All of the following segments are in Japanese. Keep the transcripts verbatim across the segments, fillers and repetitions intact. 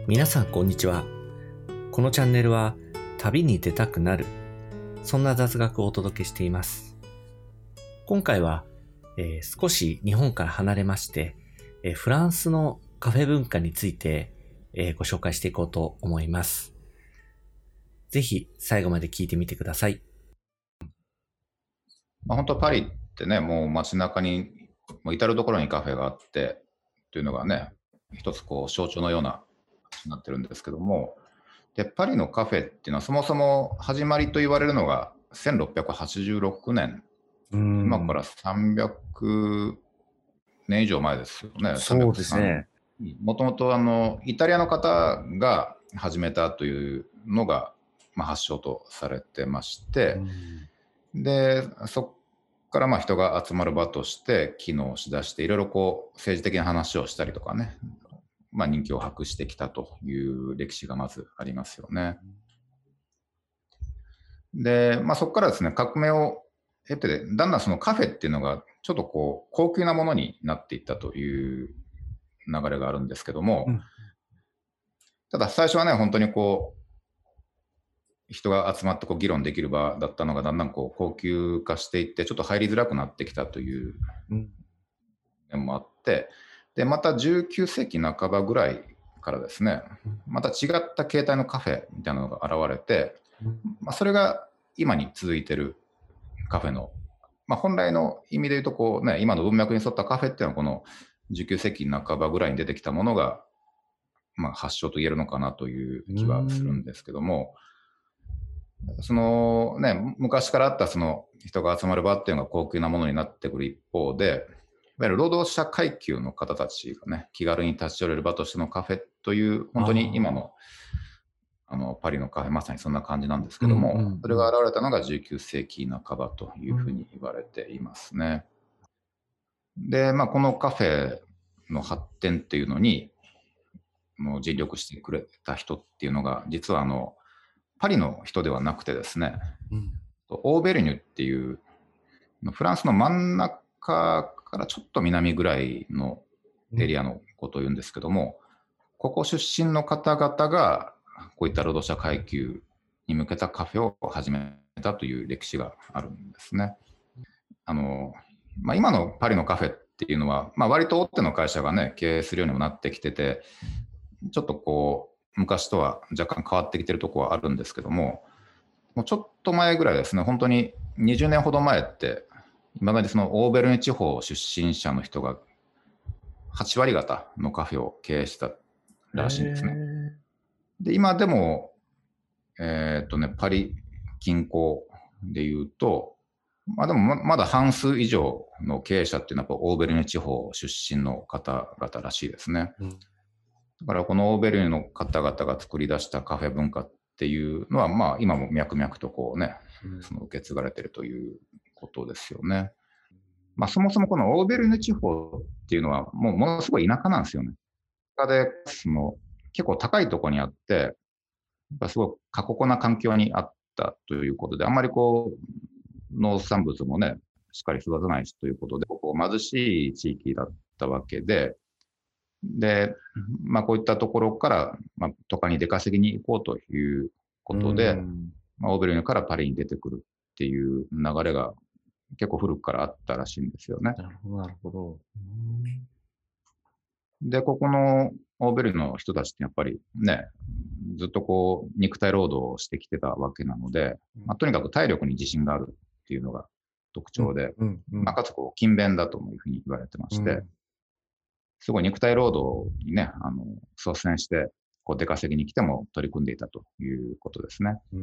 皆さんこんにちは。このチャンネルは旅に出たくなる、そんな雑学をお届けしています。今回は、えー、少し日本から離れまして、えー、フランスのカフェ文化について、えー、ご紹介していこうと思います。ぜひ最後まで聞いてみてください。 まあ、本当パリってね、もう街中にもう至るところにカフェがあってというのがね、一つこう象徴のようなになってるんですけども、でパリのカフェっていうのはそもそも始まりと言われるのがせんろっぴゃくはちじゅうろくねん、うん今からさんびゃくねん以上前ですよね。 そうですね。 もともとあのイタリアの方が始めたというのが、まあ、発祥とされてまして、でそこからまあ人が集まる場として機能しだして、いろいろこう政治的な話をしたりとかね、まあ、人気を博してきたという歴史がまずありますよね。で、まあ、そこからですね、革命を経て、だんだんそのカフェっていうのがちょっとこう高級なものになっていったという流れがあるんですけども、うん、ただ最初はね、本当にこう人が集まってこう議論できる場だったのが、だんだんこう高級化していって、ちょっと入りづらくなってきたという面もあって、でまたじゅうきゅうせいきなかばぐらいからですね、また違った形態のカフェみたいなのが現れて、まあ、それが今に続いてるカフェの、まあ、本来の意味で言うとこう、ね、今の文脈に沿ったカフェっていうのはこのじゅうきゅうせいきなかばぐらいに出てきたものが、まあ、発祥と言えるのかなという気はするんですけども、そのね、昔からあったその人が集まる場っていうのが高級なものになってくる一方で、いわゆる労働者階級の方たちがね、気軽に立ち寄れる場としてのカフェという、本当に今のあのパリのカフェ、まさにそんな感じなんですけども、うんうんうん、それが現れたのがじゅうきゅうせいきなかばというふうに言われていますね。うん、で、まあ、このカフェの発展っていうのにもう尽力してくれた人っていうのが、実はあのパリの人ではなくてですね、うん、オーベルニュっていうフランスの真ん中からちょっと南ぐらいのエリアのことを言うんですけども、うん、ここ出身の方々がこういった労働者階級に向けたカフェを始めたという歴史があるんですね。あの、まあ、今のパリのカフェっていうのは、まあ、割と大手の会社がね経営するようにもなってきてて、ちょっとこう昔とは若干変わってきてるところはあるんですけども、もうちょっと前ぐらいですね、本当ににじゅうねんほど前って、いまだにそのオーベルニュ地方出身者の人がはちわりがたのカフェを経営したらしいんですね。で、今でも、えーっとね、パリ近郊でいうと、まあでもまだ半数以上の経営者っていうのはやっぱオーベルニュ地方出身の方々らしいですね。うん、だからこのオーベルニュの方々が作り出したカフェ文化っていうのは、まあ今も脈々とこうね、その受け継がれているということですよね。まあそもそもこのオーベルニュ地方っていうのはもうものすごい田舎なんですよね。田舎でその結構高いところにあって、やっぱすごく過酷な環境にあったということで、あんまりこう農産物もね、しっかり育たないしということで、こう貧しい地域だったわけで、で、まあ、こういったところから、まあ、都会に出稼ぎに行こうということで、まあ、オーベルニュからパリに出てくるっていう流れが結構古くからあったらしいんですよね。 なるほど、なるほど。 で、ここのオーベルニュの人たちってやっぱりね、ずっとこう肉体労働をしてきてたわけなので、まあ、とにかく体力に自信があるっていうのが特徴で、うんうんうんまあ、かつこう勤勉だというふうに言われてまして、うんすごい肉体労働にね、あの率先してこう出稼ぎに来ても取り組んでいたということですね。うん、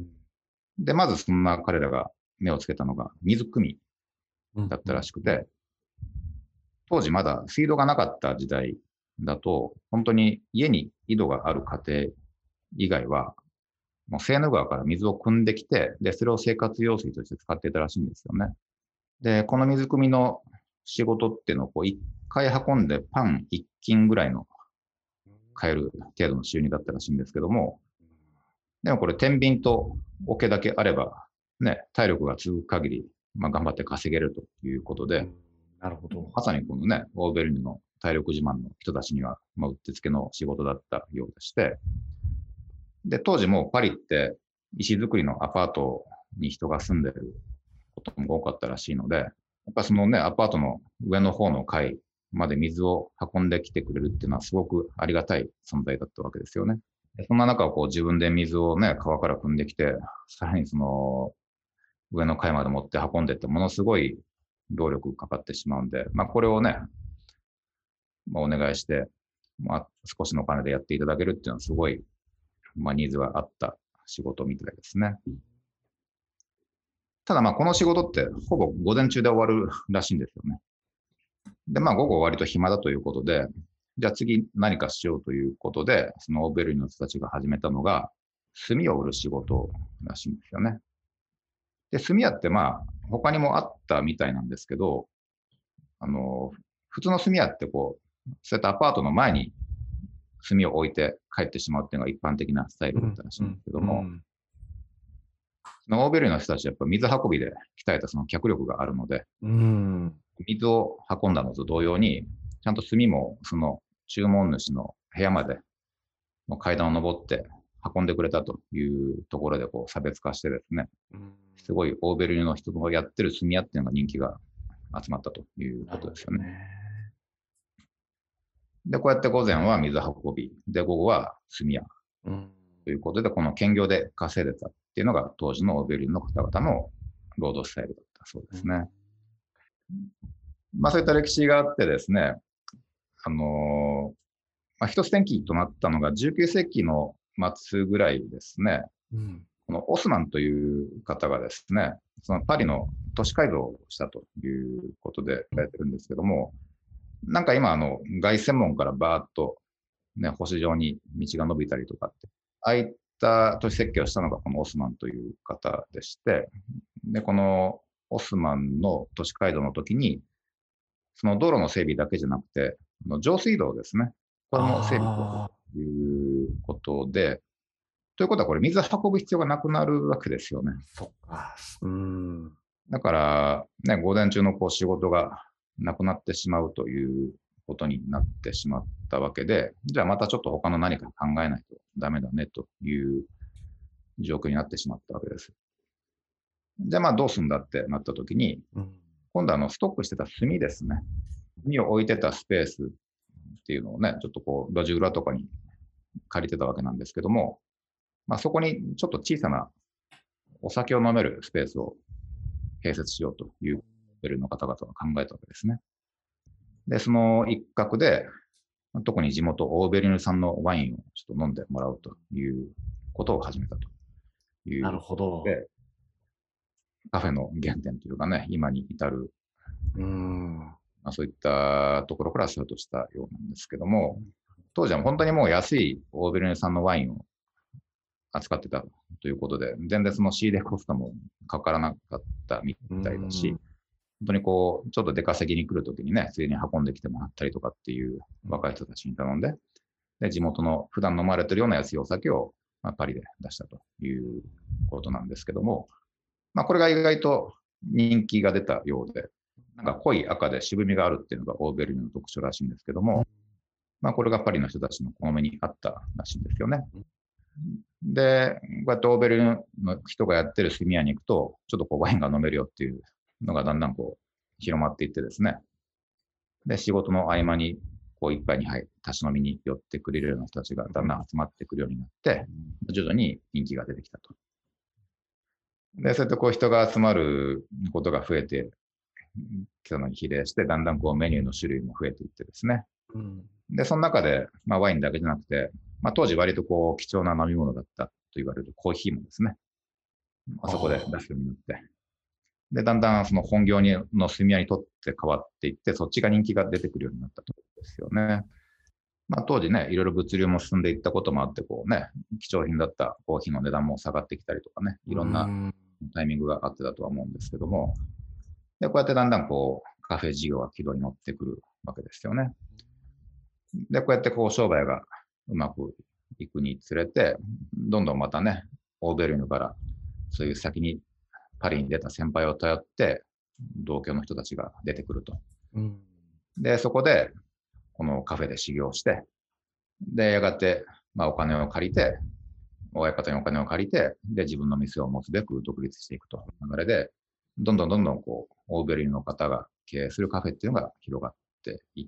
で、まずそんな彼らが目をつけたのが水汲みだったらしくて、うんうん、当時まだ水道がなかった時代だと、本当に家に井戸がある家庭以外は、もうセーヌ川から水を汲んできて、で、それを生活用水として使っていたらしいんですよね。で、この水汲みの仕事っていうのをこう一回運んでパン一斤ぐらいの買える程度の収入だったらしいんですけども、でもこれ天秤と桶だけあれば、ね、体力が続く限り、まあ、頑張って稼げるということで、 なるほど。 まさにこのね、オーベルニュの体力自慢の人たちには、まあ、うってつけの仕事だったようでして、で、当時もパリって石造りのアパートに人が住んでることも多かったらしいので、やっぱそのね、アパートの上の方の階まで水を運んできてくれるっていうのはすごくありがたい存在だったわけですよね。でそんな中、こう自分で水をね、川から汲んできて、さらにその上の階まで持って運んでってものすごい労力かかってしまうんで、まあこれをね、まあ、お願いして、まあ少しのお金でやっていただけるっていうのはすごい、まあニーズがあった仕事みたいですね。ただまあこの仕事ってほぼ午前中で終わるらしいんですよね。で、まあ午後割と暇だということで、じゃあ次何かしようということで、そのオーベルニの人たちが始めたのが、炭を売る仕事らしいんですよね。で、炭屋ってまあ他にもあったみたいなんですけど、あの、普通の炭屋ってこう、そういったアパートの前に炭を置いて帰ってしまうっていうのが一般的なスタイルだったらしいんですけども、うんうんうん、そのオーベルニの人たちはやっぱ水運びで鍛えたその脚力があるので、うん、水を運んだのと同様に、ちゃんと炭もその注文主の部屋までの階段を登って運んでくれたというところでこう差別化してですね、うん、すごいオーベルニの人がやってる炭屋っていうのが人気が集まったということですよね。で、こうやって午前は水運び、で、午後は炭屋ということで、この兼業で稼いでたっていうのが当時のオーベルニの方々の労働スタイルだったそうですね。うん、まあそういった歴史があってですね、あのー、まあ、一つ転機となったのがじゅうきゅう世紀の末ぐらいですね、うん、このオスマンという方がですね、そのパリの都市改造をしたということで言われてるんですけども、なんか今、あの、凱旋門からバーッと、ね、星状に道が伸びたりとかって、ああいった都市設計をしたのがこのオスマンという方でして、で、このオスマンの都市改造の時に、その道路の整備だけじゃなくて、上水道ですね。これも整備ということで、ということはこれ水運ぶ必要がなくなるわけですよね。 そっか。うん。 だから、ね、午前中のこう仕事がなくなってしまうということになってしまったわけで、じゃあまたちょっと他の何か考えないとダメだねという状況になってしまったわけです。じゃあまあどうすんだってなった時に、うん、今度はあのストックしてた炭ですね。炭を置いてたスペースっていうのをね、ちょっとこう路地裏とかに借りてたわけなんですけども、まあそこにちょっと小さなお酒を飲めるスペースを併設しようというレベルの方々が考えたわけですね。で、その一角で、特に地元オーベルニュ産のワインをちょっと飲んでもらうということを始めたという。 なるほど。 で、カフェの原点というかね、今に至る、 うんまあ、そういったところからスタートしたようなんですけども、当時は本当にもう安いオーベルニュ産のワインを扱ってたということで、全然その仕入れコストもかからなかったみたいだし、本当にこう、ちょっと出稼ぎに来るときにね、ついに運んできてもらったりとかっていう若い人たちに頼んで、で、地元の普段飲まれてるような安いお酒を、まあ、パリで出したということなんですけども、まあ、これが意外と人気が出たようで、なんか濃い赤で渋みがあるっていうのがオーベルニュの特徴らしいんですけども、まあ、これがパリの人たちの好みにあったらしいんですよね。で、こうやってオーベルニュの人がやってる炭屋に行くと、ちょっとこうワインが飲めるよっていうのがだんだんこう広まっていってですね。で、仕事の合間にこう一杯に杯たし飲みに寄ってくれるような人たちがだんだん集まってくるようになって、徐々に人気が出てきたと。で、そうやってこう人が集まることが増えてきたのに比例して、だんだんこうメニューの種類も増えていってですね。で、その中で、まあワインだけじゃなくて、まあ当時割とこう貴重な飲み物だったと言われるコーヒーもですね、あそこで出すようになって、で、だんだんその本業にの炭屋にとって変わっていって、そっちが人気が出てくるようになったとですよね。まあ当時ね、いろいろ物流も進んでいったこともあって、こうね、貴重品だったコーヒーの値段も下がってきたりとかね、いろんなタイミングがあってたとは思うんですけども、で、こうやってだんだんこう、カフェ事業が軌道に乗ってくるわけですよね。で、こうやってこう商売がうまくいくにつれて、どんどんまたね、オーベルニュからそういう先にパリに出た先輩を頼って、同郷の人たちが出てくると。うん、で、そこで、 このカフェで修行して、で、やがて、まあ、お金を借りて、親方にお金を借りて、で、自分の店を持つべく独立していくという流れで、どんどんどんどん、こう、オーベルリの方が経営するカフェっていうのが広がっていって、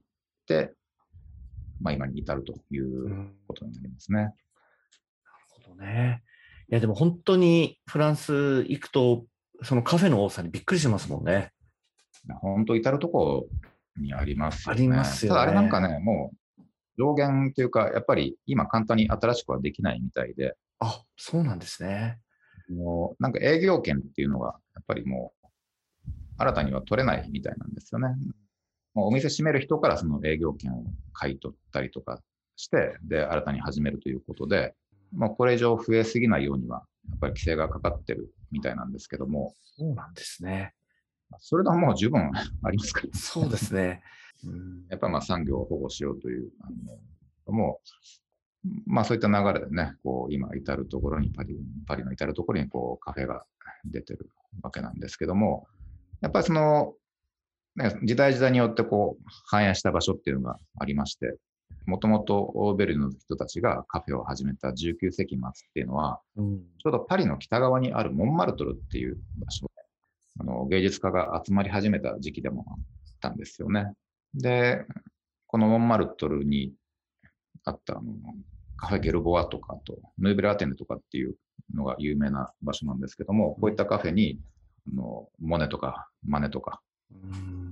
まあ、今に至るということになりますね。なるほどね。いや、でも本当にフランス行くと、そのカフェの多さにびっくりしますもんね。 本当至るところにありますよね。 ありますよね。 ただあれなんかね、もう上限というか、やっぱり今簡単に新しくはできないみたいで。 あ、そうなんですね。 もうなんか営業権っていうのが、やっぱりもう新たには取れないみたいなんですよね。もうお店閉める人からその営業権を買い取ったりとかして、で、新たに始めるということで、もうこれ以上増えすぎないようには、やっぱり規制がかかってるみたいなんですけども。 そうなんですね。 それでももう十分ありますから、ね。 そうですね。 うん、やっぱりまあ産業を保護しようという、あのもう、まあそういった流れでね、こう今至るところにパリ、パリの至るところにこうカフェが出てるわけなんですけども、やっぱりその、ね、時代時代によってこう反映した場所っていうのがありまして、もともとオーベルの人たちがカフェを始めたじゅうきゅうせいき末っていうのは、うん、ちょうどパリの北側にあるモンマルトルっていう場所で、あの芸術家が集まり始めた時期でもあったんですよね。で、このモンマルトルにあったあのカフェゲルボアとか、あとヌーベルアテネとかっていうのが有名な場所なんですけども、こういったカフェにあのモネとかマネとか、うん、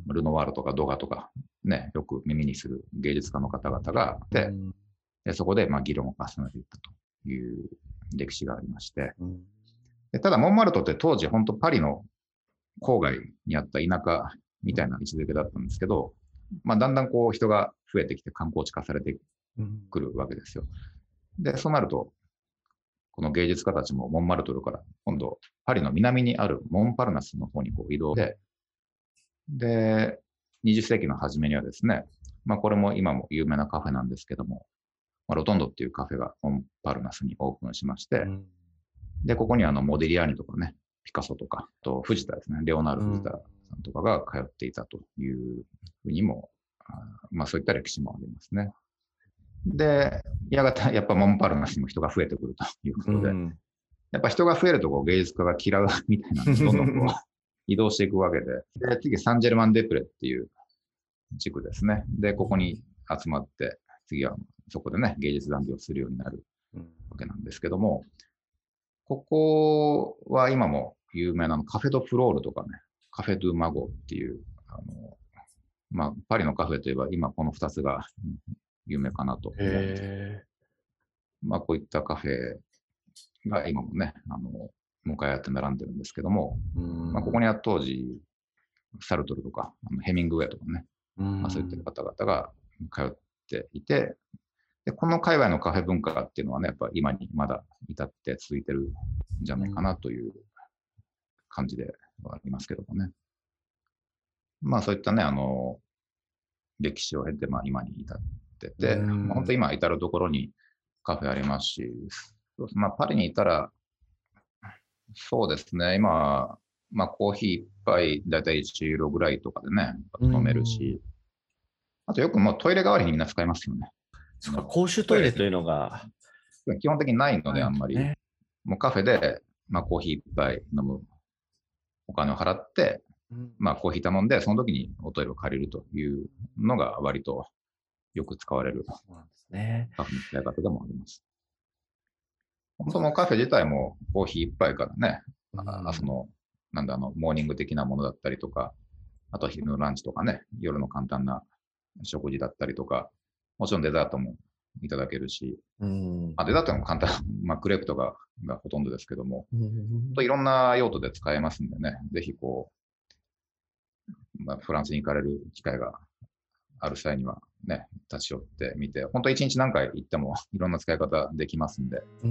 ルノワールとかドガとか、ね、よく耳にする芸術家の方々があって、うん、でそこでまあ議論を重ねていったという歴史がありまして、うん、でただモンマルトって当時本当パリの郊外にあった田舎みたいな位置づけだったんですけど、まあ、だんだんこう人が増えてきて観光地化されてくるわけですよ。で、そうなると、この芸術家たちもモンマルトルから今度パリの南にあるモンパルナスの方にこう移動で、で、にじゅっせいきの初めにはですね、まあこれも今も有名なカフェなんですけども、まあ、ロトンドっていうカフェがモンパルナスにオープンしまして、で、ここにあのモディリアーニとかね、ピカソとか、と藤田ですね、レオナルド・藤田さんとかが通っていたというふうにも、うん、まあそういった歴史もありますね。で、やがてやっぱモンパルナスにも人が増えてくるということで、うん、やっぱ人が増えるとこう芸術家が嫌うみたいなので、どんどんこう移動していくわけで、で、次サンジェルマン・デ・プレっていう地区ですね。で、ここに集まって、次はそこでね、芸術談義をするようになるわけなんですけども、ここは今も有名なのカフェドフロールとかね、カフェドゥマゴっていう、あの、まあ、パリのカフェといえば今この二つが有名かなと思います。まあ、こういったカフェが今もね、あの、向かい合って並んでるんですけども、まあ、ここには当時、サルトルとか、ヘミングウェイとかね、まあ、そういった方々が通っていて、で、この界隈のカフェ文化っていうのはね、やっぱ今にまだ至って続いてるんじゃないかなという感じではありますけどもね。まあそういったね、あの、歴史を経て、まあ今に至ってて、まあ、本当に今至るところにカフェありますし、まあパリにいたら、そうですね、今、まあコーヒー一杯だいたいいちユーロぐらいとかでね、飲めるし、あとよくもうトイレ代わりにみんな使いますよね。 そうか、公衆トイレというのが基本的にないので、あんまり。ね、もうカフェで、まあ、コーヒー一杯飲むお金を払って、うん、まあ、コーヒー頼んで、その時におトイレを借りるというのが割とよく使われるカフェの使い方でもあります。本当もカフェ自体もコーヒー一杯からね、うん、あその、なんだ、あの、モーニング的なものだったりとか、あと昼のランチとかね、夜の簡単な食事だったりとか、もちろんデザートもいただけるし、うんまあ、デザートも簡単、まあ、クレープとかがほとんどですけども、うんといろんな用途で使えますんでね、ぜひこう、まあ、フランスに行かれる機会がある際にはね、立ち寄ってみて、本当一日何回行ってもいろんな使い方できますんで、うん、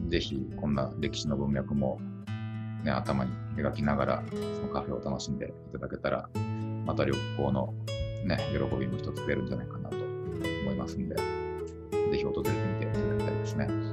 ぜひこんな歴史の文脈も、ね、頭に描きながら、そのカフェを楽しんでいただけたら、また旅行のね、喜びも一つ増えるんじゃないかなと思いますんで、ぜひ訪れてみていただきたいですね。